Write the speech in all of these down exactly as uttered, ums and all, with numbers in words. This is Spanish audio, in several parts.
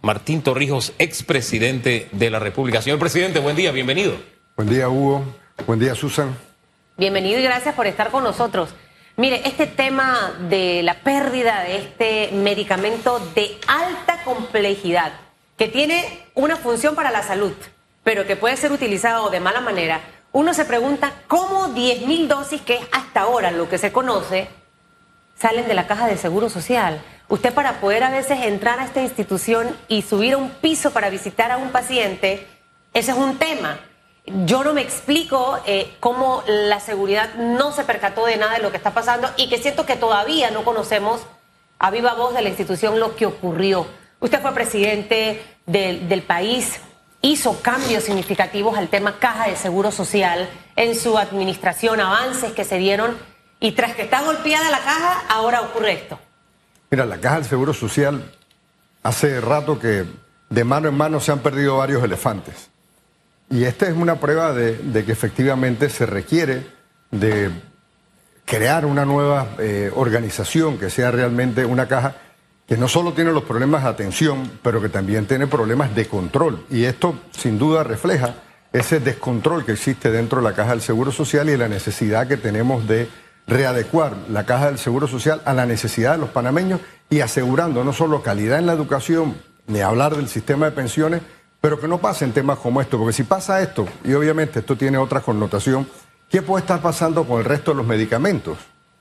Martín Torrijos, expresidente de la República. Señor presidente, buen día, bienvenido. Buen día, Hugo. Buen día, Susan. Bienvenido y gracias por estar con nosotros. Mire, este tema de la pérdida de este medicamento de alta complejidad, que tiene una función para la salud, pero que puede ser utilizado de mala manera, uno se pregunta cómo diez mil dosis, que es hasta ahora lo que se conoce, salen de la caja de Seguro Social. Usted, para poder a veces entrar a esta institución y subir a un piso para visitar a un paciente, ese es un tema. Yo no me explico eh, cómo la seguridad no se percató de nada de lo que está pasando y que siento que todavía no conocemos a viva voz de la institución lo que ocurrió. Usted fue presidente de, del país, hizo cambios significativos al tema caja de Seguro Social en su administración, avances que se dieron, y tras que está golpeada la caja, ahora ocurre esto. Mira, la caja del Seguro Social, hace rato que de mano en mano se han perdido varios elefantes. Y esta es una prueba de, de que efectivamente se requiere de crear una nueva eh, organización que sea realmente una caja que no solo tiene los problemas de atención, pero que también tiene problemas de control. Y esto sin duda refleja ese descontrol que existe dentro de la caja del Seguro Social y la necesidad que tenemos de readecuar la caja del Seguro Social a la necesidad de los panameños y asegurando no solo calidad en la educación, ni hablar del sistema de pensiones, pero que no pasen temas como esto, porque si pasa esto, y obviamente esto tiene otra connotación, ¿qué puede estar pasando con el resto de los medicamentos?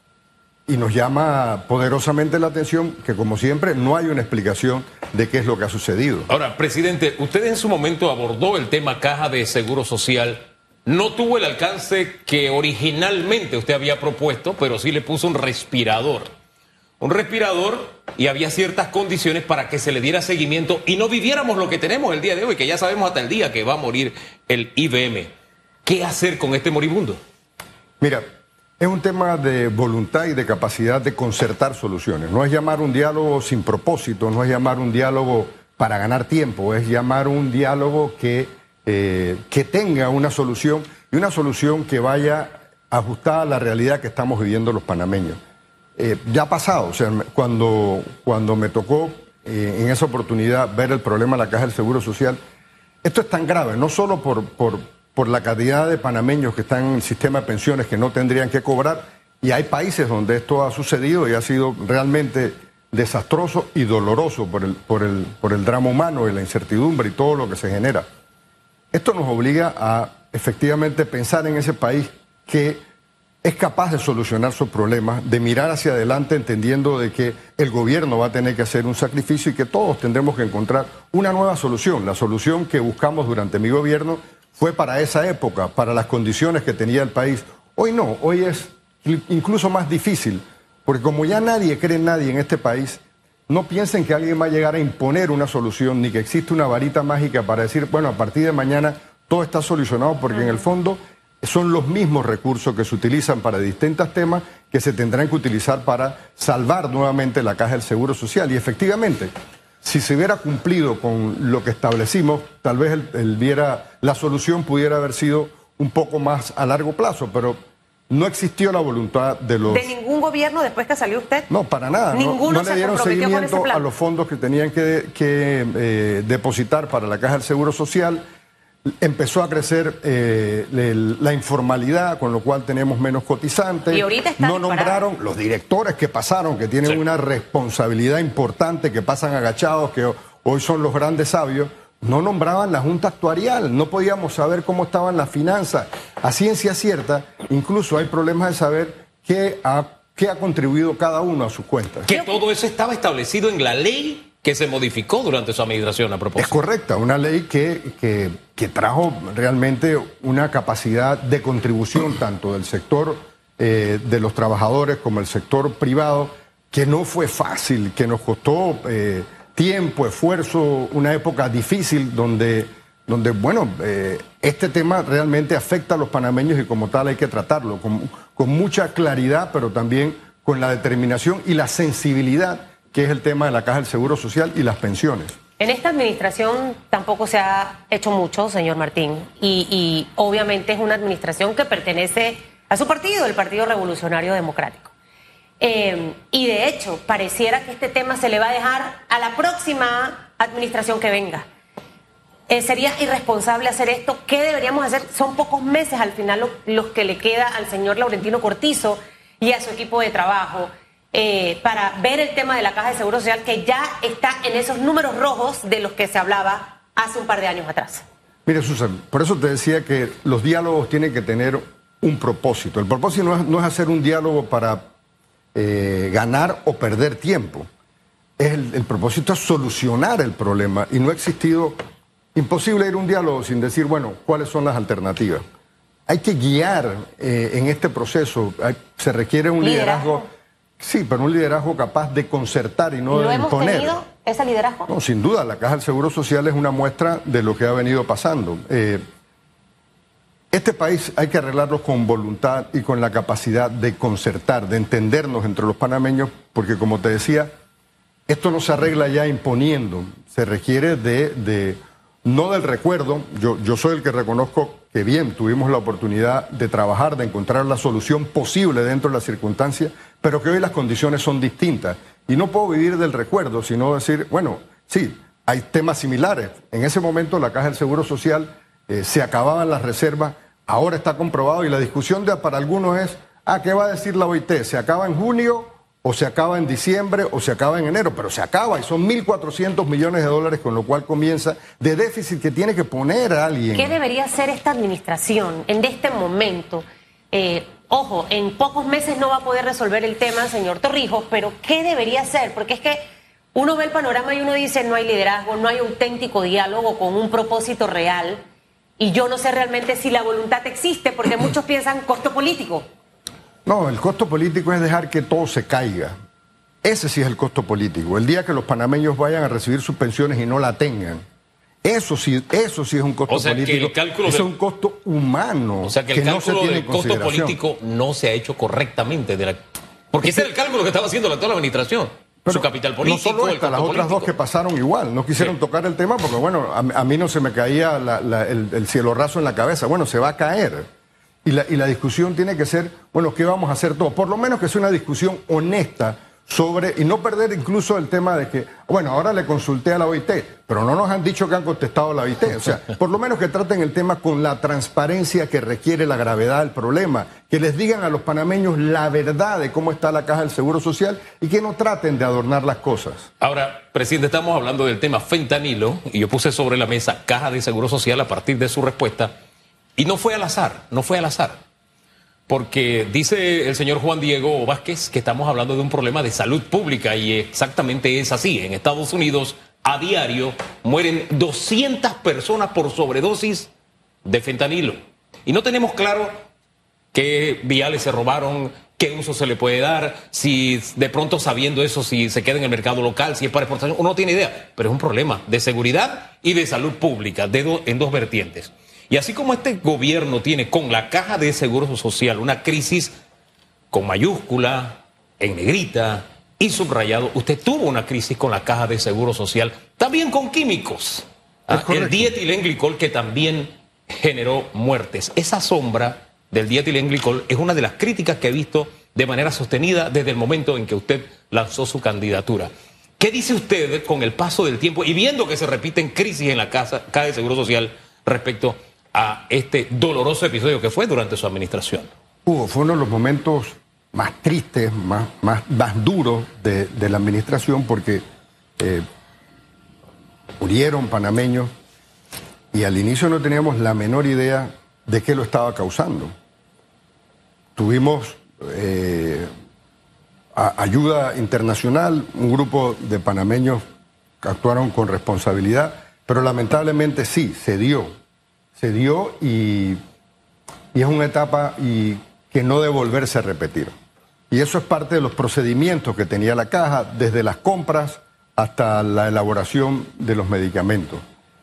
Y nos llama poderosamente la atención que, como siempre, no hay una explicación de qué es lo que ha sucedido. Ahora, presidente, usted en su momento abordó el tema caja de Seguro Social. No tuvo el alcance que originalmente usted había propuesto, pero sí le puso un respirador. Un respirador, y había ciertas condiciones para que se le diera seguimiento y no viviéramos lo que tenemos el día de hoy, que ya sabemos hasta el día que va a morir el I B M. ¿Qué hacer con este moribundo? Mira, es un tema de voluntad y de capacidad de concertar soluciones. No es llamar un diálogo sin propósito, no es llamar un diálogo para ganar tiempo, es llamar un diálogo que, eh, que tenga una solución y una solución que vaya ajustada a la realidad que estamos viviendo los panameños. Eh, ya ha pasado, o sea, cuando, cuando me tocó eh, en esa oportunidad ver el problema de la caja del Seguro Social, esto es tan grave, no solo por, por, por la cantidad de panameños que están en el sistema de pensiones que no tendrían que cobrar, y hay países donde esto ha sucedido y ha sido realmente desastroso y doloroso por el, por el, por el drama humano y la incertidumbre y todo lo que se genera. Esto nos obliga a efectivamente pensar en ese país que es capaz de solucionar sus problemas, de mirar hacia adelante entendiendo de que el gobierno va a tener que hacer un sacrificio y que todos tendremos que encontrar una nueva solución. La solución que buscamos durante mi gobierno fue para esa época, para las condiciones que tenía el país. Hoy no, hoy es incluso más difícil, porque como ya nadie cree en nadie en este país, no piensen que alguien va a llegar a imponer una solución, ni que existe una varita mágica para decir, bueno, a partir de mañana todo está solucionado, porque en el fondo son los mismos recursos que se utilizan para distintos temas que se tendrán que utilizar para salvar nuevamente la caja del Seguro Social. Y efectivamente, si se hubiera cumplido con lo que establecimos, tal vez el, el viera, la solución pudiera haber sido un poco más a largo plazo, pero no existió la voluntad de los... ¿De ningún gobierno después que salió usted? No, para nada. Ninguno no, no se le dieron comprometió con ese seguimiento plan. a los fondos que tenían que, que eh, depositar para la caja del Seguro Social. Empezó a crecer eh, el, la informalidad, con lo cual tenemos menos cotizantes. Y ahorita está no disparado. nombraron los directores que pasaron, que tienen sí. una responsabilidad importante, que pasan agachados, que hoy son los grandes sabios. No nombraban la Junta Actuarial, no podíamos saber cómo estaban las finanzas. A ciencia cierta, incluso hay problemas de saber qué ha, qué ha contribuido cada uno a sus cuentas. Que todo eso estaba establecido en la ley que se modificó durante su administración a propósito. Es correcta, una ley que, que, que trajo realmente una capacidad de contribución tanto del sector eh, de los trabajadores como el sector privado, que no fue fácil, que nos costó eh, tiempo, esfuerzo, una época difícil donde, donde bueno, eh, este tema realmente afecta a los panameños y como tal hay que tratarlo con, con mucha claridad, pero también con la determinación y la sensibilidad que es el tema de la caja del Seguro Social y las pensiones. En esta administración tampoco se ha hecho mucho, señor Martín, y, y obviamente es una administración que pertenece a su partido, el Partido Revolucionario Democrático. Eh, y de hecho, pareciera que este tema se le va a dejar a la próxima administración que venga. Eh, sería irresponsable hacer esto. ¿Qué deberíamos hacer? Son pocos meses al final lo, los que le queda al señor Laurentino Cortizo y a su equipo de trabajo eh, para ver el tema de la Caja de Seguro Social, que ya está en esos números rojos de los que se hablaba hace un par de años atrás. Mire, Susan, por eso te decía que los diálogos tienen que tener un propósito. El propósito no es, no es hacer un diálogo para eh, ganar o perder tiempo. Es el, el propósito es solucionar el problema, y no ha existido, imposible ir a un diálogo sin decir, bueno, ¿cuáles son las alternativas? Hay que guiar eh, en este proceso, hay, se requiere un liderazgo. liderazgo, sí, pero un liderazgo capaz de concertar y no ¿Lo de hemos imponer. tenido ese liderazgo? No, sin duda, la Caja del Seguro Social es una muestra de lo que ha venido pasando. Eh, Este país hay que arreglarlo con voluntad y con la capacidad de concertar, de entendernos entre los panameños, porque como te decía, esto no se arregla ya imponiendo, se requiere de, de no del recuerdo. Yo, yo soy el que reconozco que bien, tuvimos la oportunidad de trabajar, de encontrar la solución posible dentro de las circunstancias, pero que hoy las condiciones son distintas. Y no puedo vivir del recuerdo, sino decir, bueno, sí, hay temas similares. En ese momento la Caja del Seguro Social eh, se acababan las reservas, ahora está comprobado, y la discusión de, para algunos es, ah, ¿qué va a decir la O I T? ¿Se acaba en junio o se acaba en diciembre o se acaba en enero? Pero se acaba y son mil cuatrocientos millones de dólares, con lo cual comienza de déficit que tiene que poner a alguien. ¿Qué debería hacer esta administración en este momento? Eh, ojo, en pocos meses no va a poder resolver el tema, señor Torrijos, pero ¿qué debería hacer? Porque es que uno ve el panorama y uno dice, no hay liderazgo, no hay auténtico diálogo con un propósito real, y yo no sé realmente si la voluntad existe, porque muchos piensan costo político. No, el costo político es dejar que todo se caiga. Ese sí es el costo político. El día que los panameños vayan a recibir sus pensiones y no la tengan, eso sí, eso sí es un costo o sea, político. Que el cálculo eso del, es un costo humano. O sea, que el que cálculo no se tiene del en costo consideración. político no se ha hecho correctamente. De la, porque ese era el cálculo que estaba haciendo la actual administración. Pero su capital político. No solo esta, el las otras político. dos que pasaron igual. No quisieron sí. tocar el tema porque, bueno, a, a mí no se me caía la, la, el, el cielo raso en la cabeza. Bueno, se va a caer. Y la, y la discusión tiene que ser, bueno, ¿qué vamos a hacer todos? Por lo menos que sea una discusión honesta sobre, y no perder incluso el tema de que, bueno, ahora le consulté a la O I T, pero no nos han dicho que han contestado a la O I T. O sea, por lo menos que traten el tema con la transparencia que requiere la gravedad del problema, que les digan a los panameños la verdad de cómo está la Caja del Seguro Social y que no traten de adornar las cosas. Ahora, presidente, estamos hablando del tema fentanilo y yo puse sobre la mesa Caja de Seguro Social a partir de su respuesta, y no fue al azar, no fue al azar. Porque dice el señor Juan Diego Vázquez que estamos hablando de un problema de salud pública, y exactamente es así. En Estados Unidos a diario mueren doscientas personas por sobredosis de fentanilo. Y no tenemos claro qué viales se robaron, qué uso se le puede dar, si de pronto sabiendo eso, si se queda en el mercado local, si es para exportación, uno no tiene idea. Pero es un problema de seguridad y de salud pública de do, en dos vertientes. Y así como este gobierno tiene con la Caja de Seguro Social una crisis con mayúscula, en negrita y subrayado, usted tuvo una crisis con la Caja de Seguro Social, también con químicos. Ah, el dietilenglicol, que también generó muertes. Esa sombra del dietilenglicol es una de las críticas que he visto de manera sostenida desde el momento en que usted lanzó su candidatura. ¿Qué dice usted con el paso del tiempo y viendo que se repiten crisis en la Caja de Seguro Social respecto a este doloroso episodio que fue durante su administración? Hugo, fue uno de los momentos más tristes, más, más, más duros de, de la administración, porque eh, murieron panameños y al inicio no teníamos la menor idea de qué lo estaba causando. Tuvimos eh, a, ayuda internacional, un grupo de panameños que actuaron con responsabilidad, pero lamentablemente sí, se dio. Se dio y, y es una etapa y que no debe volverse a repetir. Y eso es parte de los procedimientos que tenía la Caja, desde las compras hasta la elaboración de los medicamentos.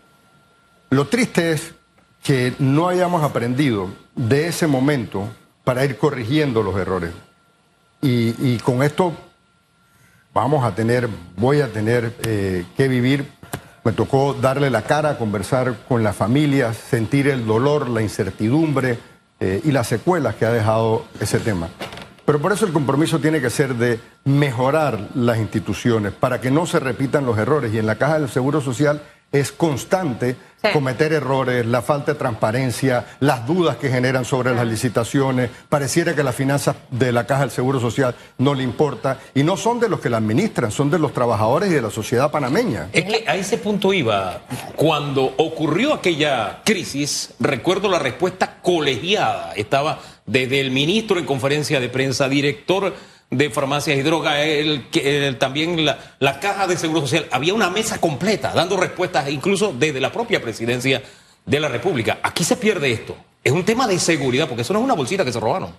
Lo triste es que no hayamos aprendido de ese momento para ir corrigiendo los errores. Y, y con esto vamos a tener, voy a tener eh, que vivir. Me tocó darle la cara, conversar con las familias, sentir el dolor, la incertidumbre eh, y las secuelas que ha dejado ese tema. Pero por eso el compromiso tiene que ser de mejorar las instituciones para que no se repitan los errores. Y en la Caja del Seguro Social es constante sí. cometer errores, la falta de transparencia, las dudas que generan sobre las licitaciones. Pareciera que las finanzas de la Caja del Seguro Social no le importa. Y no son de los que la administran, son de los trabajadores y de la sociedad panameña. Es que a ese punto iba. Cuando ocurrió aquella crisis, recuerdo la respuesta colegiada. Estaba desde el ministro en conferencia de prensa, director de farmacias y drogas, el, el, también la, la Caja de Seguro Social. Había una mesa completa dando respuestas, incluso desde la propia presidencia de la República. Aquí se pierde esto. Es un tema de seguridad, porque eso no es una bolsita que se robaron.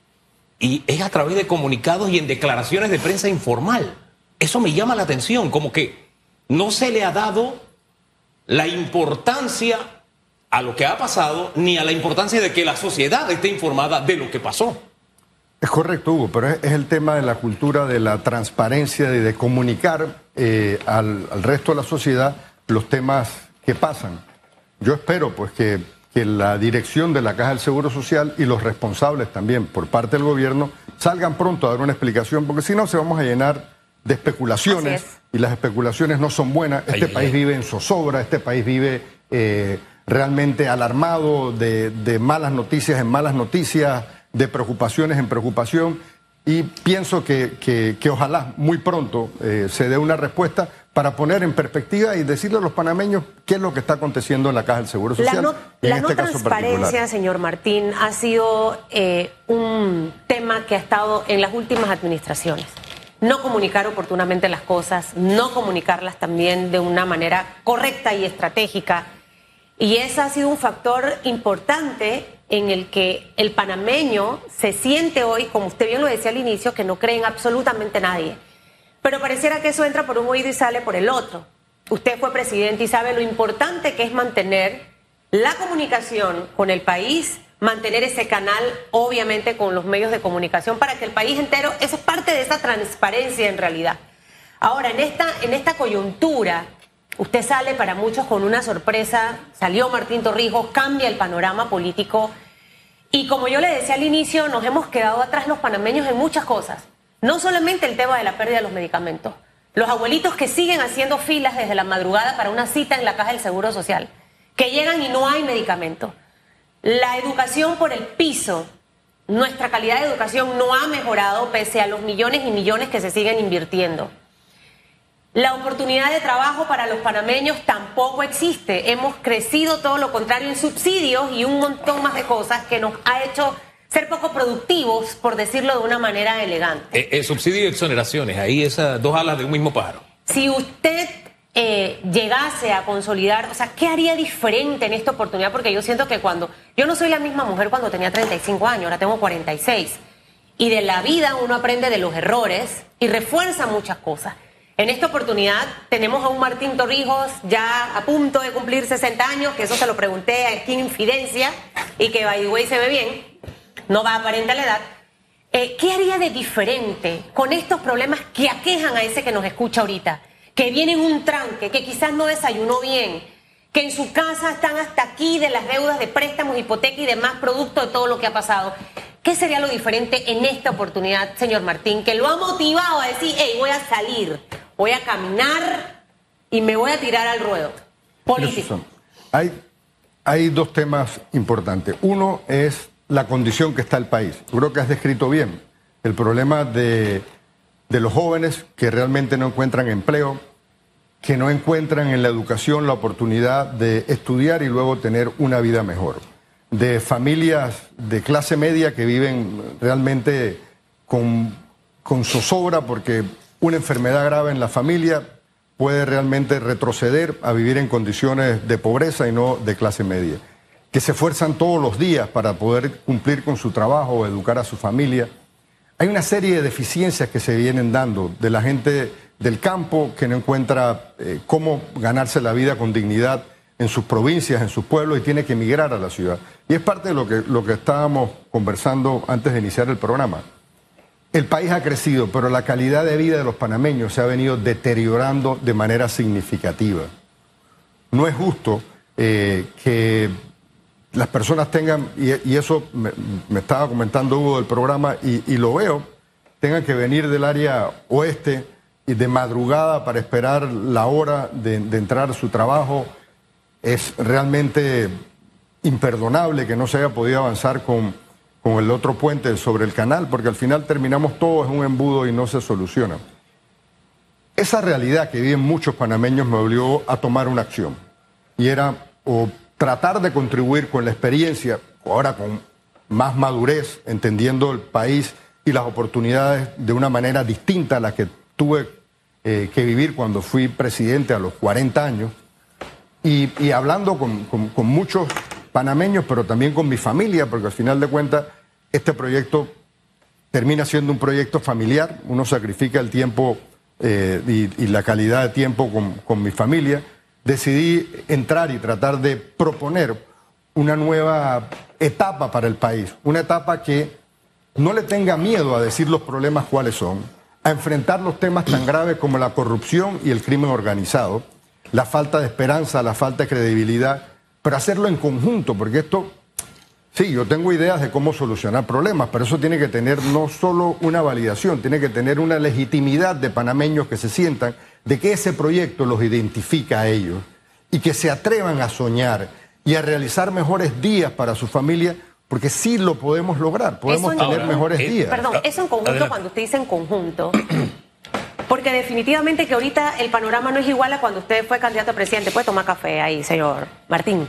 Y es a través de comunicados y en declaraciones de prensa informal. Eso me llama la atención, como que no se le ha dado la importancia a lo que ha pasado, ni a la importancia de que la sociedad esté informada de lo que pasó. Es correcto, Hugo, pero es, es el tema de la cultura de la transparencia y de comunicar eh, al, al resto de la sociedad los temas que pasan. Yo espero pues que, que la dirección de la Caja del Seguro Social y los responsables también por parte del gobierno salgan pronto a dar una explicación, porque si no se vamos a llenar de especulaciones y las especulaciones no son buenas. Este ay, país ay. vive en zozobra, este país vive eh, realmente alarmado de, de malas noticias en malas noticias, de preocupaciones en preocupación, y pienso que, que, que ojalá muy pronto eh, se dé una respuesta para poner en perspectiva y decirle a los panameños qué es lo que está aconteciendo en la Caja del Seguro Social. La no, en la este no transparencia, señor Martín, ha sido eh, un tema que ha estado en las últimas administraciones. No comunicar oportunamente las cosas, no comunicarlas también de una manera correcta y estratégica. Y ese ha sido un factor importante en el que el panameño se siente hoy, como usted bien lo decía al inicio, que no cree en absolutamente nadie. Pero pareciera que eso entra por un oído y sale por el otro. Usted fue presidente y sabe lo importante que es mantener la comunicación con el país, mantener ese canal, obviamente, con los medios de comunicación para que el país entero, eso es parte de esa transparencia en realidad. Ahora, en esta, en esta coyuntura, usted sale para muchos con una sorpresa, salió Martín Torrijos, cambia el panorama político y como yo le decía al inicio, nos hemos quedado atrás los panameños en muchas cosas. No solamente el tema de la pérdida de los medicamentos, los abuelitos que siguen haciendo filas desde la madrugada para una cita en la Caja del Seguro Social, que llegan y no hay medicamentos. La educación por el piso, nuestra calidad de educación no ha mejorado pese a los millones y millones que se siguen invirtiendo. La oportunidad de trabajo para los panameños tampoco existe. Hemos crecido todo lo contrario en subsidios y un montón más de cosas que nos ha hecho ser poco productivos, por decirlo de una manera elegante. Eh, eh, subsidio y exoneraciones, ahí esas dos alas de un mismo pájaro. Si usted eh, llegase a consolidar, o sea, ¿qué haría diferente en esta oportunidad? Porque yo siento que cuando, yo no soy la misma mujer cuando tenía treinta y cinco años, ahora tengo cuarenta y seis. Y de la vida uno aprende de los errores y refuerza muchas cosas. En esta oportunidad tenemos a un Martín Torrijos ya a punto de cumplir sesenta años, que eso se lo pregunté aquí en Infidencia, y que by the way se ve bien, no va a aparentar la edad. Eh, ¿Qué haría de diferente con estos problemas que aquejan a ese que nos escucha ahorita? Que viene en un tranque, que quizás no desayunó bien, que en su casa están hasta aquí de las deudas de préstamos, hipoteca y demás, producto de todo lo que ha pasado. ¿Qué sería lo diferente en esta oportunidad, señor Martín, que lo ha motivado a decir, hey, voy a salir, voy a caminar y me voy a tirar al ruedo político? Hay, hay dos temas importantes. Uno es la condición que está el país. Yo creo que has descrito bien el problema de, de los jóvenes que realmente no encuentran empleo, que no encuentran en la educación la oportunidad de estudiar y luego tener una vida mejor. De familias de clase media que viven realmente con, con zozobra porque una enfermedad grave en la familia puede realmente retroceder a vivir en condiciones de pobreza y no de clase media. Que se esfuerzan todos los días para poder cumplir con su trabajo o educar a su familia. Hay una serie de deficiencias que se vienen dando de la gente del campo que no encuentra eh, cómo ganarse la vida con dignidad en sus provincias, en sus pueblos, y tiene que emigrar a la ciudad. Y es parte de lo que, lo que estábamos conversando antes de iniciar el programa. El país ha crecido, pero la calidad de vida de los panameños se ha venido deteriorando de manera significativa. No es justo eh, que las personas tengan, y, y eso me, me estaba comentando Hugo del programa, y, y lo veo, tengan que venir del área oeste y de madrugada para esperar la hora de, de entrar a su trabajo, es realmente imperdonable que no se haya podido avanzar con, con el otro puente sobre el canal, porque al final terminamos todos en un embudo y no se soluciona. Esa realidad que viven muchos panameños me obligó a tomar una acción, y era o tratar de contribuir con la experiencia, ahora con más madurez, entendiendo el país y las oportunidades de una manera distinta a la que tuve eh, que vivir cuando fui presidente a los cuarenta años, y, y hablando con, con, con muchos panameños, pero también con mi familia, porque al final de cuentas este proyecto termina siendo un proyecto familiar, uno sacrifica el tiempo eh, y, y la calidad de tiempo con, con mi familia. Decidí entrar y tratar de proponer una nueva etapa para el país, una etapa que no le tenga miedo a decir los problemas cuáles son, a enfrentar los temas tan graves como la corrupción y el crimen organizado, la falta de esperanza, la falta de credibilidad, pero hacerlo en conjunto, porque esto, sí, yo tengo ideas de cómo solucionar problemas, pero eso tiene que tener no solo una validación, tiene que tener una legitimidad de panameños que se sientan de que ese proyecto los identifica a ellos y que se atrevan a soñar y a realizar mejores días para su familia, porque sí lo podemos lograr, podemos eso tener en, mejores eh, días. Perdón, eso en conjunto, Adelante. Cuando usted dice en conjunto, porque definitivamente que ahorita el panorama no es igual a cuando usted fue candidato a presidente. Puede tomar café ahí, señor Martín.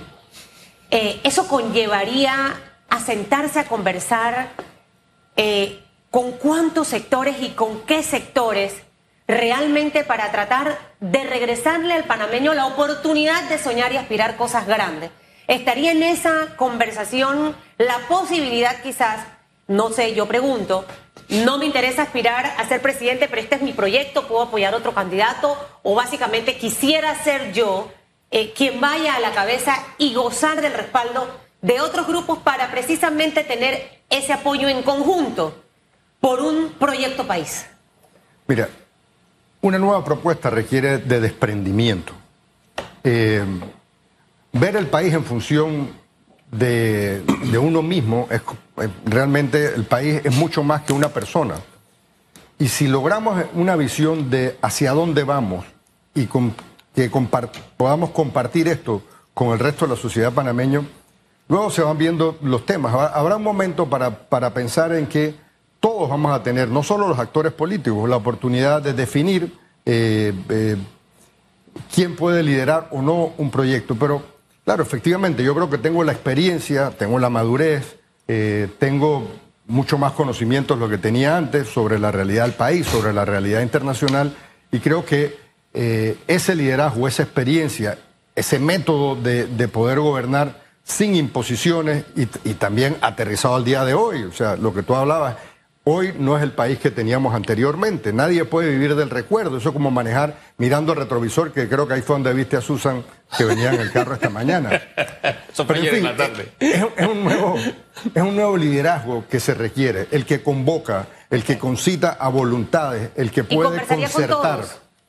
Eh, eso conllevaría a sentarse a conversar eh, con cuántos sectores y con qué sectores realmente para tratar de regresarle al panameño la oportunidad de soñar y aspirar cosas grandes. ¿Estaría en esa conversación la posibilidad quizás, no sé, yo pregunto, no me interesa aspirar a ser presidente, pero este es mi proyecto, puedo apoyar a otro candidato, o básicamente quisiera ser yo eh, quien vaya a la cabeza y gozar del respaldo de otros grupos para precisamente tener ese apoyo en conjunto por un proyecto país? Mira, una nueva propuesta requiere de desprendimiento. Eh, ver el país en función de, de uno mismo, es, realmente el país es mucho más que una persona. Y si logramos una visión de hacia dónde vamos y con, que compart, podamos compartir esto con el resto de la sociedad panameña, luego se van viendo los temas. Habrá un momento para, para pensar en que todos vamos a tener, no solo los actores políticos, la oportunidad de definir eh, eh, quién puede liderar o no un proyecto. Pero, claro, efectivamente, yo creo que tengo la experiencia, tengo la madurez, eh, tengo mucho más conocimientos de lo que tenía antes sobre la realidad del país, sobre la realidad internacional, y creo que eh, ese liderazgo, esa experiencia, ese método de, de poder gobernar sin imposiciones y, y también aterrizado al día de hoy, o sea, lo que tú hablabas, hoy no es el país que teníamos anteriormente. Nadie puede vivir del recuerdo. Eso es como manejar mirando el retrovisor, que creo que ahí fue donde viste a Susan que venía en el carro esta mañana. Pero, en fin, es, es, un nuevo, es un nuevo liderazgo que se requiere, el que convoca, el que concita a voluntades, el que puede concertar.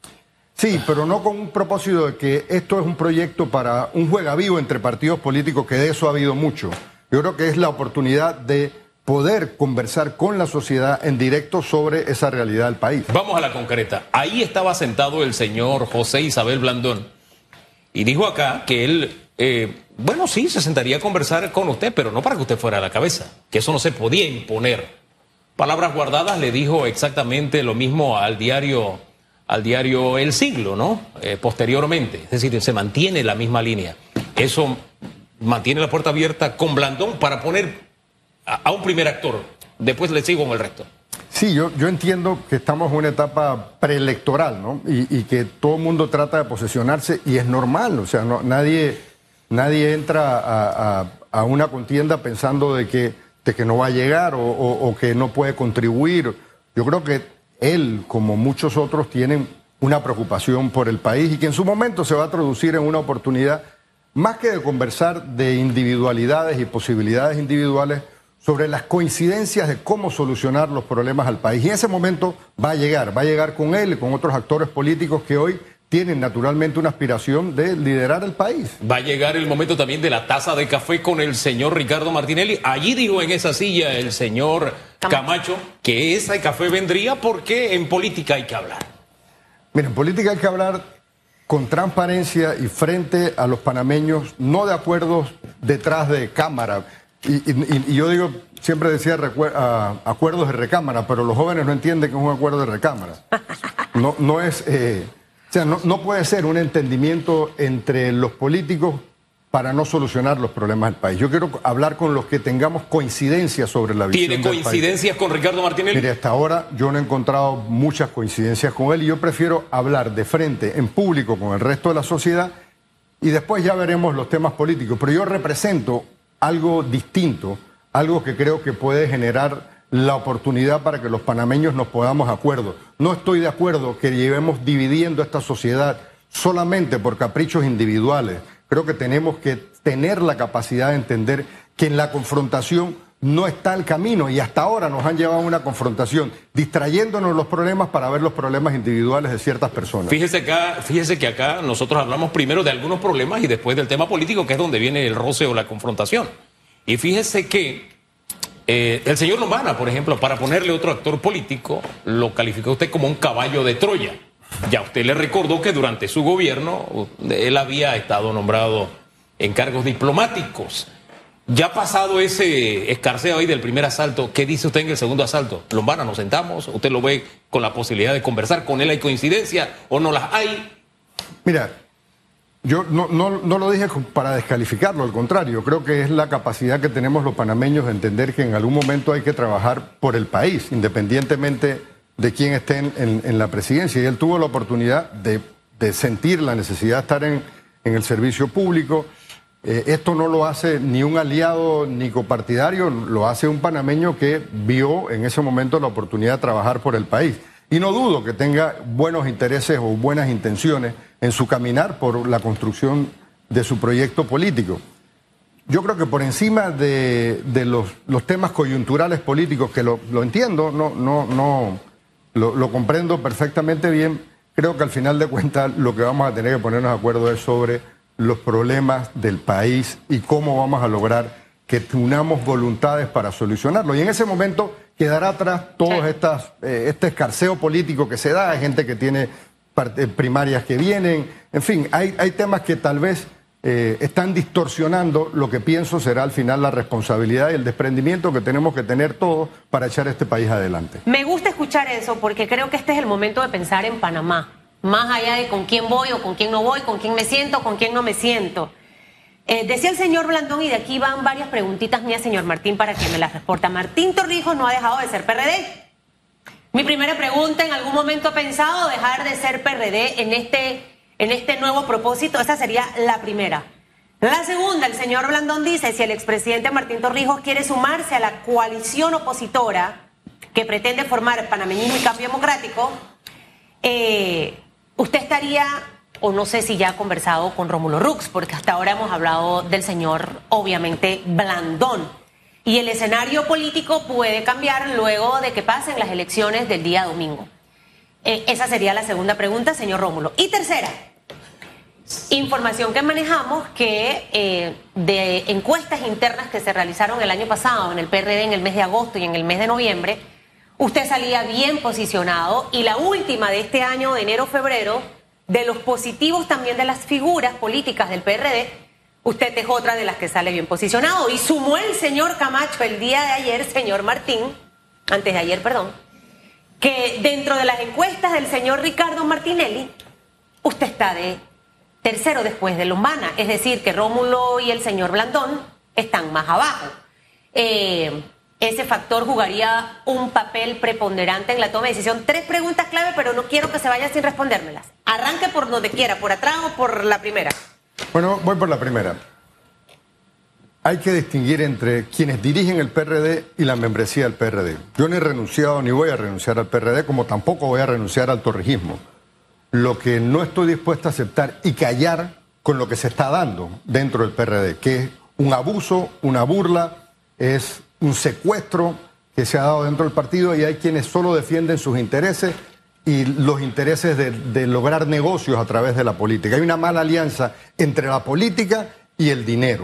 Sí, pero no con un propósito de que esto es un proyecto para un juega vivo entre partidos políticos, que de eso ha habido mucho. Yo creo que es la oportunidad de poder conversar con la sociedad en directo sobre esa realidad del país. Vamos a la concreta. Ahí estaba sentado el señor José Isabel Blandón y dijo acá que él, eh, bueno, sí, se sentaría a conversar con usted, pero no para que usted fuera a la cabeza, que eso no se podía imponer. Palabras guardadas, le dijo exactamente lo mismo al diario, al diario El Siglo, ¿no? Eh, posteriormente, es decir, se mantiene la misma línea. Eso mantiene la puerta abierta con Blandón para poner a un primer actor, después le sigo con el resto. Sí, yo, yo entiendo que estamos en una etapa preelectoral, ¿no? Y, y que todo el mundo trata de posesionarse y es normal, o sea, no, nadie, nadie entra a, a, a una contienda pensando de que, de que no va a llegar o, o, o que no puede contribuir. Yo creo que él, como muchos otros, tienen una preocupación por el país y que en su momento se va a traducir en una oportunidad, más que de conversar de individualidades y posibilidades individuales, sobre las coincidencias de cómo solucionar los problemas al país. Y ese momento va a llegar, va a llegar con él y con otros actores políticos que hoy tienen naturalmente una aspiración de liderar el país. Va a llegar el momento también de la taza de café con el señor Ricardo Martinelli. Allí dijo en esa silla el señor Camacho que ese café vendría porque en política hay que hablar. Mira, en política hay que hablar con transparencia y frente a los panameños, no de acuerdos detrás de cámara. Y, y, y yo digo, siempre decía uh, acuerdos de recámara, pero los jóvenes no entienden que es un acuerdo de recámara. No, no es... Eh, O sea, no, no puede ser un entendimiento entre los políticos para no solucionar los problemas del país. Yo quiero hablar con los que tengamos coincidencias sobre la visión del país. ¿Tiene coincidencias con Ricardo Martinelli? Mire, hasta ahora yo no he encontrado muchas coincidencias con él y yo prefiero hablar de frente, en público, con el resto de la sociedad y después ya veremos los temas políticos. Pero yo represento algo distinto, algo que creo que puede generar la oportunidad para que los panameños nos podamos de acuerdo. No estoy de acuerdo que llevemos dividiendo esta sociedad solamente por caprichos individuales. Creo que tenemos que tener la capacidad de entender que en la confrontación no está el camino y hasta ahora nos han llevado a una confrontación, distrayéndonos los problemas para ver los problemas individuales de ciertas personas. Fíjese acá, fíjese que acá nosotros hablamos primero de algunos problemas y después del tema político, que es donde viene el roce o la confrontación. Y fíjese que Eh, el señor Lombana, por ejemplo, para ponerle otro actor político, lo calificó usted como un caballo de Troya. Ya usted le recordó que durante su gobierno él había estado nombrado en cargos diplomáticos. Ya pasado ese escarceo ahí del primer asalto, ¿qué dice usted en el segundo asalto? Lombana, nos sentamos, usted lo ve con la posibilidad de conversar, ¿con él hay coincidencia o no las hay? Mira, yo no, no, no lo dije para descalificarlo, al contrario, creo que es la capacidad que tenemos los panameños de entender que en algún momento hay que trabajar por el país, independientemente de quién esté en, en, en la presidencia. Y él tuvo la oportunidad de, de sentir la necesidad de estar en, en el servicio público. Eh, esto no lo hace ni un aliado ni copartidario, lo hace un panameño que vio en ese momento la oportunidad de trabajar por el país. Y no dudo que tenga buenos intereses o buenas intenciones en su caminar por la construcción de su proyecto político. Yo creo que por encima de, de los, los temas coyunturales políticos, que lo, lo entiendo, no, no, no, lo, lo comprendo perfectamente bien, creo que al final de cuentas lo que vamos a tener que ponernos de acuerdo es sobre los problemas del país y cómo vamos a lograr que unamos voluntades para solucionarlo. Y en ese momento quedará atrás todo estas, eh, este escarceo político que se da, hay gente que tiene primarias que vienen, en fin, hay, hay temas que tal vez eh, están distorsionando lo que pienso será al final la responsabilidad y el desprendimiento que tenemos que tener todos para echar este país adelante. Me gusta escuchar eso porque creo que este es el momento de pensar en Panamá, más allá de con quién voy o con quién no voy, con quién me siento, con quién no me siento. Eh, decía el señor Blandón, y de aquí van varias preguntitas mías, señor Martín, para que me las responda. Martín Torrijos no ha dejado de ser P R D. Mi primera pregunta, ¿en algún momento ha pensado dejar de ser P R D en este, en este nuevo propósito? Esa sería la primera. La segunda, el señor Blandón dice, si el expresidente Martín Torrijos quiere sumarse a la coalición opositora que pretende formar Panameñismo y Cambio Democrático, eh, usted estaría... o no sé si ya ha conversado con Rómulo Rux, porque hasta ahora hemos hablado del señor, obviamente, Blandón. Y el escenario político puede cambiar luego de que pasen las elecciones del día domingo. Eh, esa sería la segunda pregunta, señor Rómulo. Y tercera, información que manejamos que eh, de encuestas internas que se realizaron el año pasado en el P R D en el mes de agosto y en el mes de noviembre, usted salía bien posicionado y la última de este año, de enero-febrero, de los positivos también de las figuras políticas del P R D, usted es otra de las que sale bien posicionado. Y sumó el señor Camacho el día de ayer, señor Martín, antes de ayer, perdón, que dentro de las encuestas del señor Ricardo Martinelli, usted está de tercero después de Lombana. Es decir, que Rómulo y el señor Blandón están más abajo. Eh... Ese factor jugaría un papel preponderante en la toma de decisión. Tres preguntas clave, pero no quiero que se vaya sin respondérmelas. Arranque por donde quiera, por atrás o por la primera. Bueno, voy por la primera. Hay que distinguir entre quienes dirigen el P R D y la membresía del P R D. Yo no he renunciado ni voy a renunciar al P R D, como tampoco voy a renunciar al torrijismo. Lo que no estoy dispuesto a aceptar y callar con lo que se está dando dentro del P R D, que es un abuso, una burla, es un secuestro que se ha dado dentro del partido y hay quienes solo defienden sus intereses y los intereses de, de lograr negocios a través de la política. Hay una mala alianza entre la política y el dinero.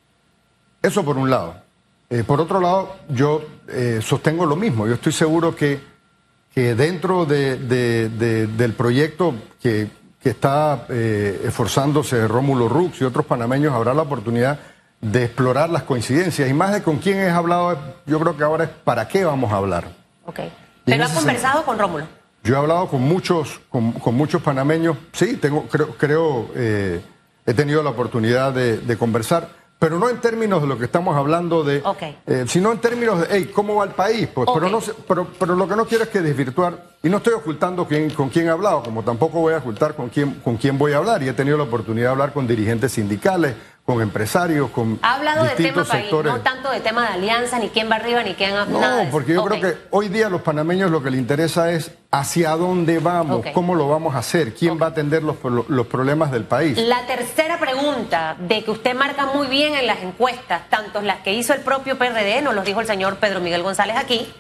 Eso por un lado. Eh, por otro lado, yo eh, sostengo lo mismo. Yo estoy seguro que, que dentro de, de, de, del proyecto que, que está eh, esforzándose Rómulo Rux y otros panameños, habrá la oportunidad de explorar las coincidencias. Y más de con quién he hablado, yo creo que ahora es para qué vamos a hablar. Ok. ¿Pero has conversado con Rómulo? Yo he hablado con muchos, con, con muchos panameños. Sí, tengo, creo, creo eh, he tenido la oportunidad de, de conversar, pero no en términos de lo que estamos hablando de, okay. eh, sino en términos de, hey, ¿cómo va el país? Pues, okay. pero, no, pero, pero lo que no quiero es que desvirtuar, y no estoy ocultando quién, con quién he hablado, como tampoco voy a ocultar con quién, con quién voy a hablar, y he tenido la oportunidad de hablar con dirigentes sindicales, con empresarios, con ha hablado de tema sectores. país, no tanto de tema de alianza, ni quién va arriba, ni quién... No, nada porque yo okay. creo que hoy día a los panameños lo que les interesa es hacia dónde vamos, okay. cómo lo vamos a hacer, quién okay. va a atender los, los problemas del país. La tercera pregunta, de que usted marca muy bien en las encuestas, tanto las que hizo el propio P R D, nos lo dijo el señor Pedro Miguel González aquí,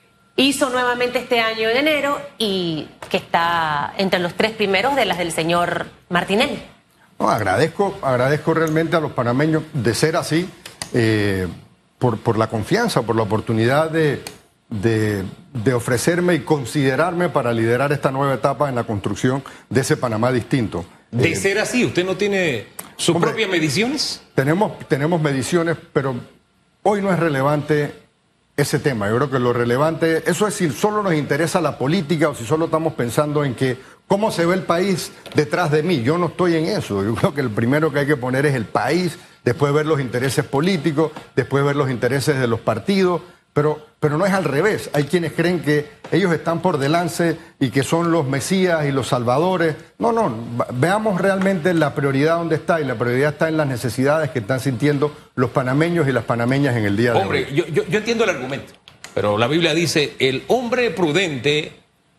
hizo nuevamente este año en enero y que está entre los tres primeros de las del señor Martinelli. No, agradezco, agradezco realmente a los panameños de ser así, eh, por, por la confianza, por la oportunidad de, de, de ofrecerme y considerarme para liderar esta nueva etapa en la construcción de ese Panamá distinto. De eh, ser así, ¿usted no tiene sus hombre, propias mediciones? Tenemos, tenemos mediciones, pero hoy no es relevante ese tema. Yo creo que lo relevante, eso es si solo nos interesa la política o si solo estamos pensando en que cómo se ve el país detrás de mí. Yo no estoy en eso. Yo creo que el primero que hay que poner es el país, después ver los intereses políticos, después ver los intereses de los partidos, pero, pero no es al revés. Hay quienes creen que ellos están por delante y que son los mesías y los salvadores. No, no, veamos realmente la prioridad dónde está, y la prioridad está en las necesidades que están sintiendo los panameños y las panameñas en el día de hoy. Hombre, yo, yo, yo entiendo el argumento, pero la Biblia dice, el hombre prudente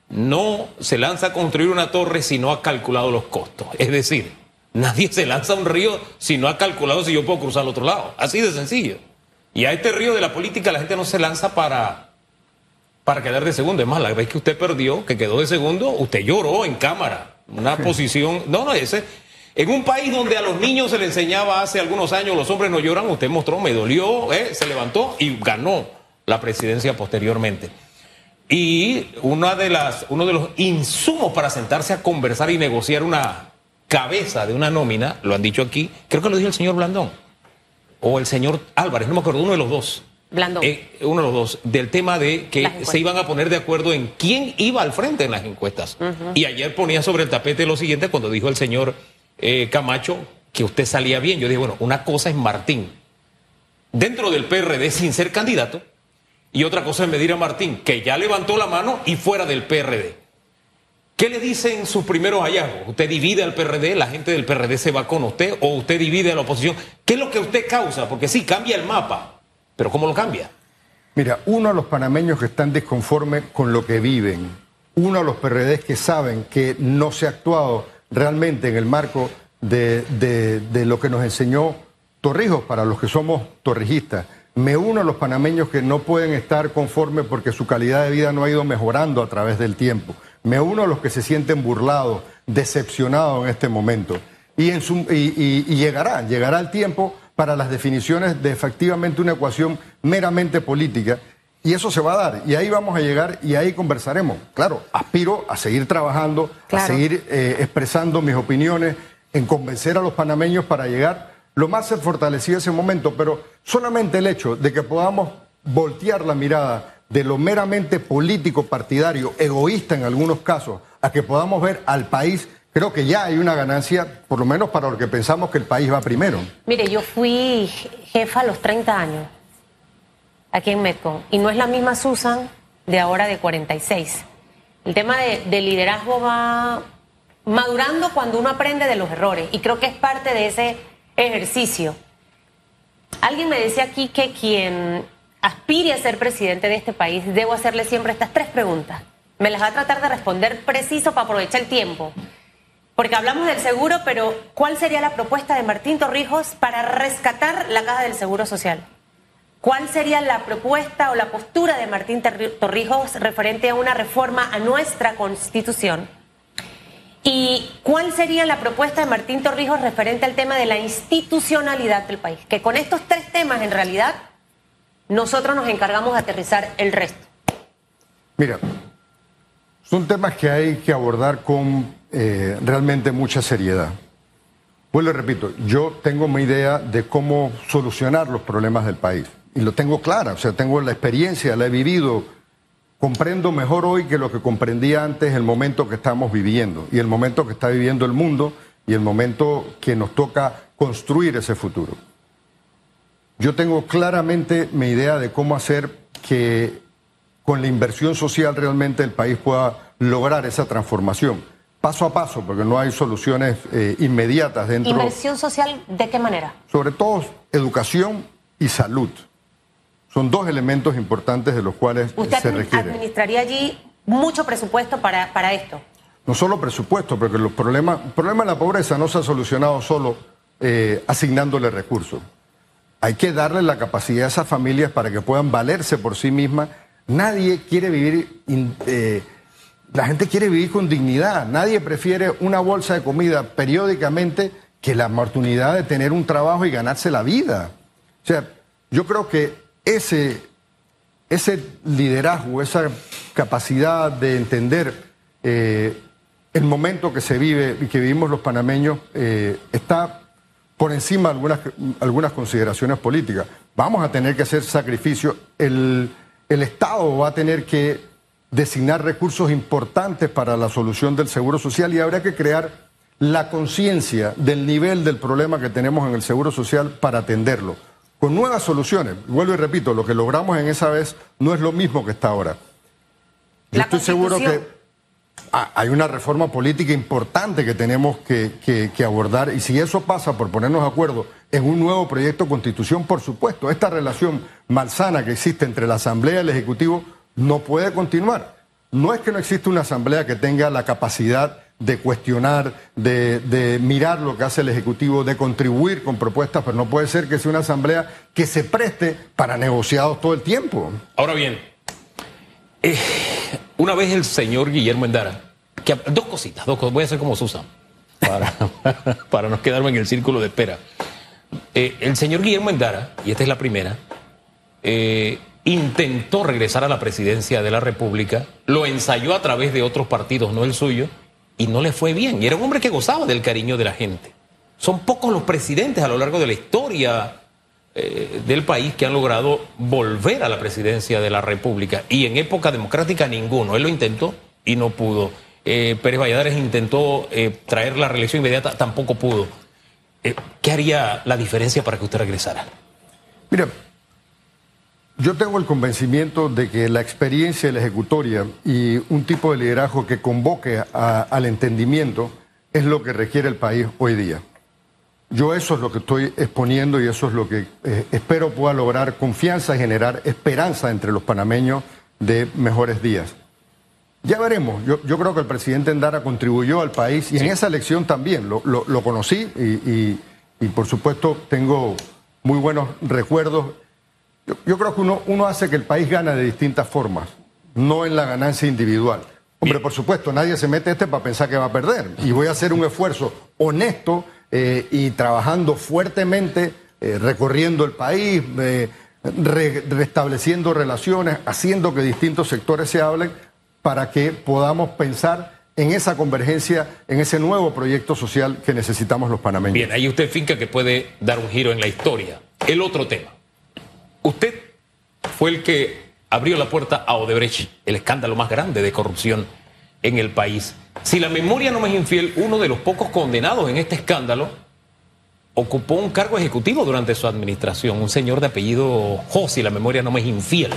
no se lanza a construir una torre si no ha calculado los costos. Es decir, nadie se lanza a un río si no ha calculado si yo puedo cruzar al otro lado. Así de sencillo. Y a este río de la política la gente no se lanza para, para quedar de segundo. Es más, la vez que usted perdió, que quedó de segundo, usted lloró en cámara. Una posición... No, no, ese... En un país donde a los niños se le enseñaba hace algunos años, los hombres no lloran, usted mostró, me dolió, eh, se levantó y ganó la presidencia posteriormente. Y una de las, uno de los insumos para sentarse a conversar y negociar una cabeza de una nómina, lo han dicho aquí, creo que lo dijo el señor Blandón, o el señor Álvarez, no me acuerdo, uno de los dos. Blandón. Eh, uno de los dos, del tema de que se iban a poner de acuerdo en quién iba al frente en las encuestas. Uh-huh. Y ayer ponía sobre el tapete lo siguiente cuando dijo el señor eh, Camacho que usted salía bien. Yo dije, bueno, una cosa es Martín, dentro del P R D sin ser candidato, y otra cosa es medir a Martín, que ya levantó la mano y fuera del P R D. ¿Qué le dicen sus primeros hallazgos? ¿Usted divide al P R D? ¿La gente del P R D se va con usted? ¿O usted divide a la oposición? ¿Qué es lo que usted causa? Porque sí, cambia el mapa, pero ¿cómo lo cambia? Mira, uno de los panameños que están disconformes con lo que viven, uno de los P R Ds que saben que no se ha actuado realmente en el marco de, de, de lo que nos enseñó Torrijos, para los que somos torrijistas. Me uno a los panameños que no pueden estar conformes porque su calidad de vida no ha ido mejorando a través del tiempo. Me uno a los que se sienten burlados, decepcionados en este momento. Y, en su, y, y, y llegará, llegará el tiempo para las definiciones de efectivamente una ecuación meramente política. Y eso se va a dar. Y ahí vamos a llegar y ahí conversaremos. Claro, aspiro a seguir trabajando, claro. a seguir eh, expresando mis opiniones, en convencer a los panameños para llegar lo más fortalecido ese momento. Pero solamente el hecho de que podamos voltear la mirada de lo meramente político, partidario, egoísta en algunos casos, a que podamos ver al país, creo que ya hay una ganancia, por lo menos para lo que pensamos que el país va primero. Mire, yo fui jefa a los treinta años, aquí en Metcon, y no es la misma Susan de ahora de cuarenta y seis. El tema de, de liderazgo va madurando cuando uno aprende de los errores, y creo que es parte de ese ejercicio. Alguien me decía aquí que quien aspire a ser presidente de este país, debo hacerle siempre estas tres preguntas. Me las va a tratar de responder preciso para aprovechar el tiempo. Porque hablamos del seguro, pero ¿cuál sería la propuesta de Martín Torrijos para rescatar la caja del Seguro Social? ¿cuál sería la propuesta o la postura de Martín Torrijos referente a una reforma a nuestra Constitución? ¿Y cuál sería la propuesta de Martín Torrijos referente al tema de la institucionalidad del país? Que con estos tres temas, en realidad, nosotros nos encargamos de aterrizar el resto. Mira, son temas que hay que abordar con eh, realmente mucha seriedad. Pues le repito, yo tengo mi idea de cómo solucionar los problemas del país. Y lo tengo clara, o sea, tengo la experiencia, la he vivido, comprendo mejor hoy que lo que comprendía antes el momento que estamos viviendo y el momento que está viviendo el mundo y el momento que nos toca construir ese futuro. Yo tengo claramente mi idea de cómo hacer que con la inversión social realmente el país pueda lograr esa transformación, paso a paso, porque no hay soluciones eh, inmediatas dentro. ¿Inversión social de qué manera? Sobre todo educación y salud. Son dos elementos importantes de los cuales ¿Usted se requiere. administraría allí mucho presupuesto para, para esto? No solo presupuesto, porque los problemas, el problema de la pobreza no se ha solucionado solo eh, asignándole recursos. Hay que darle la capacidad a esas familias para que puedan valerse por sí mismas. Nadie quiere vivir, eh, la gente quiere vivir con dignidad. Nadie prefiere una bolsa de comida periódicamente que la oportunidad de tener un trabajo y ganarse la vida. O sea, yo creo que ese, ese liderazgo, esa capacidad de entender eh, el momento que se vive y que vivimos los panameños eh, está por encima de algunas, algunas consideraciones políticas. Vamos a tener que hacer sacrificios. El, el Estado va a tener que designar recursos importantes para la solución del seguro social y habrá que crear la conciencia del nivel del problema que tenemos en el seguro social para atenderlo. Con nuevas soluciones. Vuelvo y repito, lo que logramos en esa vez no es lo mismo que está ahora. Yo estoy seguro que hay una reforma política importante que tenemos que, que, que abordar y si eso pasa por ponernos de acuerdo en un nuevo proyecto de constitución, por supuesto, esta relación malsana que existe entre la Asamblea y el Ejecutivo no puede continuar. No es que no exista una Asamblea que tenga la capacidad de cuestionar, de, de mirar lo que hace el Ejecutivo, de contribuir con propuestas, pero no puede ser que sea una Asamblea que se preste para negociados todo el tiempo. Ahora bien, eh, una vez el señor Guillermo Endara, que, dos cositas, dos cosas, voy a hacer como Susan, para, para no quedarme en el círculo de espera. Eh, el señor Guillermo Endara, y esta es la primera, eh, intentó regresar a la presidencia de la República, lo ensayó a través de otros partidos, no el suyo, y no le fue bien. Y era un hombre que gozaba del cariño de la gente. Son pocos los presidentes a lo largo de la historia eh, del país que han logrado volver a la presidencia de la República. Y en época democrática ninguno. Él lo intentó y no pudo. Eh, Pérez Valladares intentó eh, traer la reelección inmediata, tampoco pudo. Eh, ¿Qué haría la diferencia para que usted regresara? Mira, yo tengo el convencimiento de que la experiencia de la ejecutoria y un tipo de liderazgo que convoque a, al entendimiento es lo que requiere el país hoy día. Yo eso es lo que estoy exponiendo y eso es lo que eh, espero pueda lograr confianza y generar esperanza entre los panameños de mejores días. Ya veremos, yo, yo creo que el presidente Endara contribuyó al país y sí. En esa elección también lo, lo, lo conocí y, y, y por supuesto tengo muy buenos recuerdos. Yo, yo creo que uno, uno hace que el país gane de distintas formas, no en la ganancia individual. Hombre, Bien. Por supuesto, nadie se mete este para pensar que va a perder. Y voy a hacer un esfuerzo honesto eh, y trabajando fuertemente, eh, recorriendo el país, eh, re, restableciendo relaciones, haciendo que distintos sectores se hablen para que podamos pensar en esa convergencia, en ese nuevo proyecto social que necesitamos los panameños. Bien, ahí usted finca que puede dar un giro en la historia. El otro tema. Usted fue el que abrió la puerta a Odebrecht, el escándalo más grande de corrupción en el país. Si la memoria no me es infiel, uno de los pocos condenados en este escándalo ocupó un cargo ejecutivo durante su administración, un señor de apellido Jo, si la memoria no me es infiel.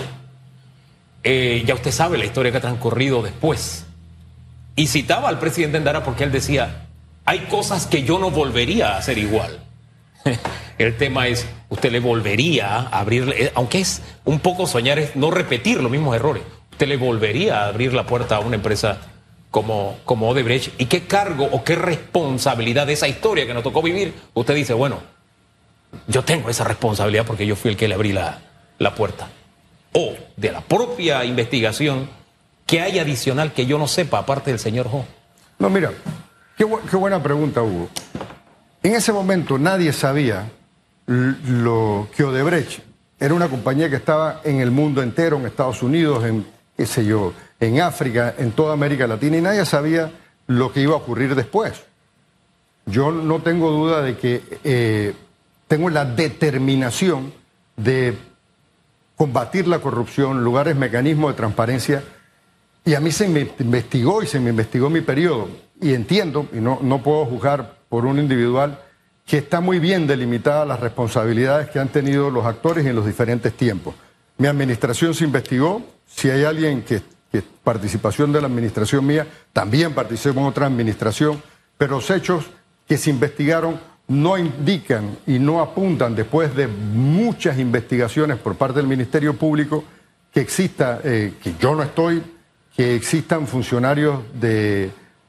Eh, ya usted sabe la historia que ha transcurrido después. Y citaba al presidente Endara porque él decía, hay cosas que yo no volvería a hacer igual. El tema es, usted le volvería a abrir, aunque es un poco soñar, es no repetir los mismos errores. Usted le volvería a abrir la puerta a una empresa como, como Odebrecht. ¿Y qué cargo o qué responsabilidad de esa historia que nos tocó vivir? Usted dice, bueno, yo tengo esa responsabilidad porque yo fui el que le abrí la, la puerta. O de la propia investigación, ¿qué hay adicional que yo no sepa, aparte del señor Ho? No, mira, qué, bu qué buena pregunta, Hugo. En ese momento nadie sabía lo que Odebrecht era una compañía que estaba en el mundo entero, en Estados Unidos, en, qué sé yo, en África, en toda América Latina, y nadie sabía lo que iba a ocurrir después. Yo no tengo duda de que eh, tengo la determinación de combatir la corrupción, lugares, mecanismos de transparencia, y a mí se me investigó y se me investigó mi periodo, y entiendo, y no, no puedo juzgar por un individual, que está muy bien delimitada las responsabilidades que han tenido los actores en los diferentes tiempos. Mi administración se investigó, si hay alguien que, que participación de la administración mía, también participó en otra administración, pero los hechos que se investigaron no indican y no apuntan, después de muchas investigaciones por parte del Ministerio Público, que exista, eh, que yo no estoy, que existan funcionarios de,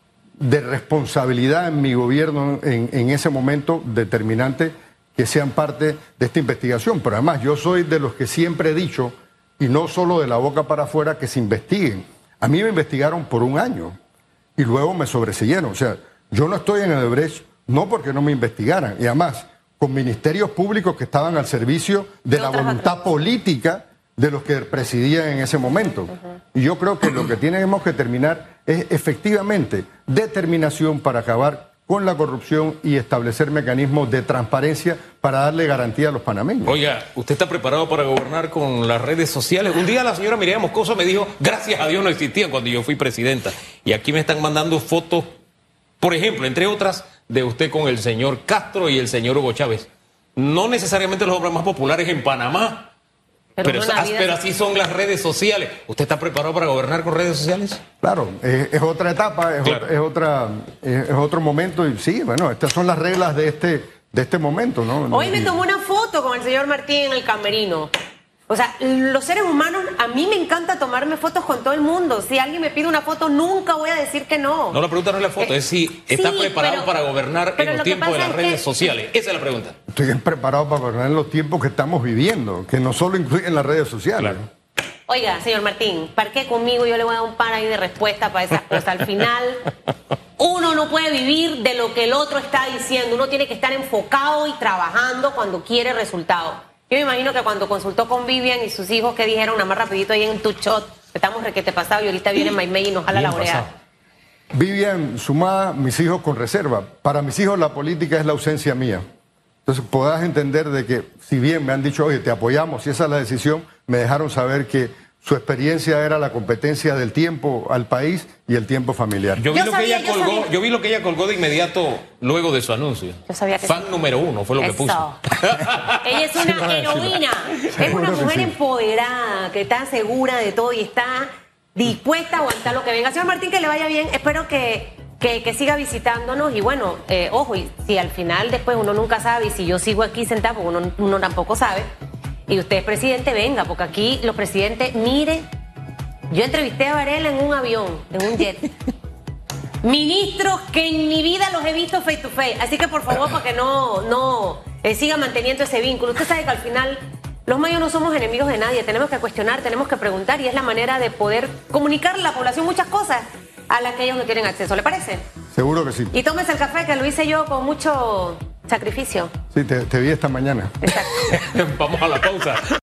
de responsabilidad en mi gobierno en, en ese momento determinante que sean parte de esta investigación. Pero además yo soy de los que siempre he dicho, y no solo de la boca para afuera, que se investiguen. A mí me investigaron por un año y luego me sobreseyeron. O sea, yo no estoy en Odebrecht no porque no me investigaran, y además con ministerios públicos que estaban al servicio de la voluntad política de los que presidían en ese momento. Uh-huh. Y yo creo que lo que tenemos que terminar es efectivamente determinación para acabar con la corrupción y establecer mecanismos de transparencia para darle garantía a los panameños. Oiga, ¿usted está preparado para gobernar con las redes sociales? Un día la señora Mireya Moscoso me dijo, gracias a Dios no existían cuando yo fui presidenta. Y aquí me están mandando fotos, por ejemplo, entre otras, de usted con el señor Castro y el señor Hugo Chávez. No necesariamente los hombres más populares en Panamá, pero, pero, es, pero así son las redes sociales. ¿Usted está preparado para gobernar con redes sociales? Claro, es, es otra etapa, es, claro. otra, es, otra, es, es otro momento, y sí, bueno, estas son las reglas de este, de este momento, ¿no? Hoy me tomó una foto con el señor Martín en el camerino. O sea, los seres humanos, a mí me encanta tomarme fotos con todo el mundo. Si alguien me pide una foto, nunca voy a decir que no. No, la pregunta no es la foto, eh, es si está sí, preparado pero, para gobernar en los tiempos de las redes que... sociales. Esa es la pregunta. Estoy preparado para gobernar en los tiempos que estamos viviendo, que no solo incluyen las redes sociales. Claro. Oiga, señor Martín, parque conmigo, yo le voy a dar un par ahí de respuesta para esas cosas. Al final, uno no puede vivir de lo que el otro está diciendo. Uno tiene que estar enfocado y trabajando cuando quiere resultados. Yo me imagino que cuando consultó con Vivian y sus hijos, que dijeron nada más rapidito ahí en un two-shot, estamos requete pasado y ahorita viene Maymay y nos jala la oreja. Vivian, sumada, mis hijos con reserva. Para mis hijos la política es la ausencia mía. Entonces podrás entender de que, si bien me han dicho, oye, te apoyamos, si esa es la decisión, me dejaron saber que su experiencia era la competencia del tiempo al país y el tiempo familiar. Yo vi, yo lo, sabía, que ella yo colgó, sabía. yo vi lo que ella colgó de inmediato luego de su anuncio. Yo sabía que Fan sí. número uno fue lo Eso. que puso. Ella es una heroína, es una mujer sí. empoderada, que está segura de todo y está dispuesta a aguantar lo que venga. Señor Martín, que le vaya bien, espero que, que, que siga visitándonos y bueno, eh, ojo, y si al final después uno nunca sabe y si yo sigo aquí sentado, porque uno, uno tampoco sabe, y usted es presidente, venga, porque aquí los presidentes, mire, yo entrevisté a Varela en un avión, en un jet. Ministros que en mi vida los he visto face to face. Así que por favor, para que no, no eh, siga manteniendo ese vínculo. Usted sabe que al final los mayos no somos enemigos de nadie. Tenemos que cuestionar, tenemos que preguntar y es la manera de poder comunicar a la población muchas cosas a las que ellos no tienen acceso. ¿Le parece? Seguro que sí. Y tómese el café, que lo hice yo con mucho sacrificio. Sí, te, te vi esta mañana. Exacto. Vamos a la pausa.